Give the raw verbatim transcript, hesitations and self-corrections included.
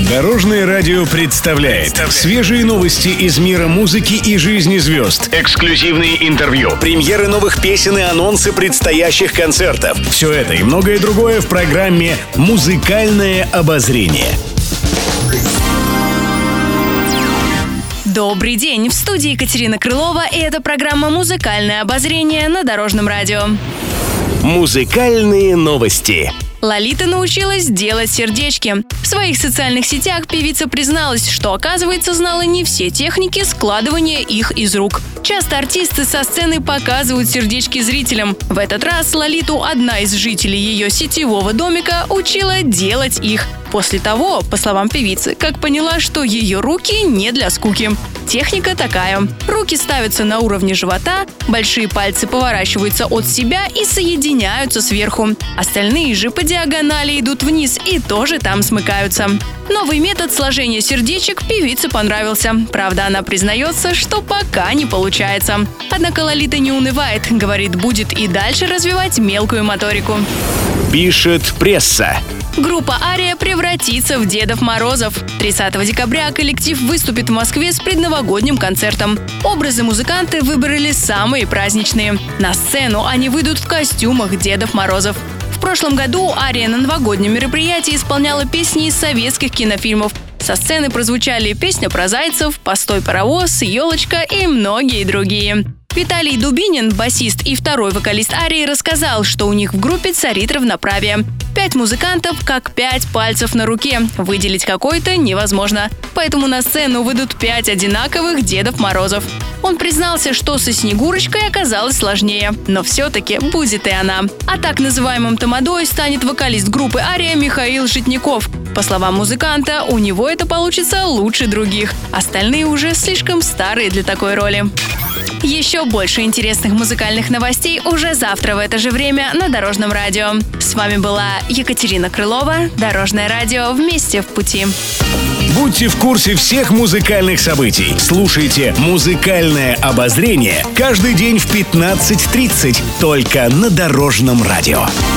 Дорожное радио представляет свежие новости из мира музыки и жизни звезд. Эксклюзивные интервью, премьеры новых песен и анонсы предстоящих концертов. Все это и многое другое в программе «Музыкальное обозрение». Добрый день! В студии Екатерина Крылова, и это программа «Музыкальное обозрение» на Дорожном радио. Музыкальные новости. Лолита научилась делать сердечки. В своих социальных сетях певица призналась, что, оказывается, знала не все техники складывания их из рук. Часто артисты со сцены показывают сердечки зрителям. В этот раз Лолиту одна из жителей ее сетевого домика учила делать их. После того, по словам певицы, как поняла, что ее руки не для скуки. Техника такая. Руки ставятся на уровне живота, большие пальцы поворачиваются от себя и соединяются сверху. Остальные же по диагонали идут вниз и тоже там смыкаются. Новый метод сложения сердечек певице понравился. Правда, она признается, что пока не получается. Однако Лолита не унывает, говорит, будет и дальше развивать мелкую моторику. Пишет пресса. Группа «Ария» превратится в Дедов Морозов. тридцатого декабря коллектив выступит в Москве с предновогодним концертом. Образы музыканты выбрали самые праздничные. На сцену они выйдут в костюмах Дедов Морозов. В прошлом году «Ария» на новогоднем мероприятии исполняла песни из советских кинофильмов. Со сцены прозвучали песня про зайцев, «Постой, паровоз», «Елочка» и многие другие. Виталий Дубинин, басист и второй вокалист «Арии», рассказал, что у них в группе царит равноправие. Пять музыкантов, как пять пальцев на руке. Выделить какой-то невозможно. Поэтому на сцену выйдут пять одинаковых Дедов Морозов. Он признался, что со Снегурочкой оказалось сложнее, но все-таки будет и она. А так называемым тамадой станет вокалист группы «Ария» Михаил Житников. По словам музыканта, у него это получится лучше других. Остальные уже слишком старые для такой роли. Еще больше интересных музыкальных новостей уже завтра в это же время на Дорожном радио. С вами была Екатерина Крылова. Дорожное радио, вместе в пути. Будьте в курсе всех музыкальных событий. Слушайте «Музыкальное обозрение» каждый день в пятнадцать тридцать только на Дорожном радио.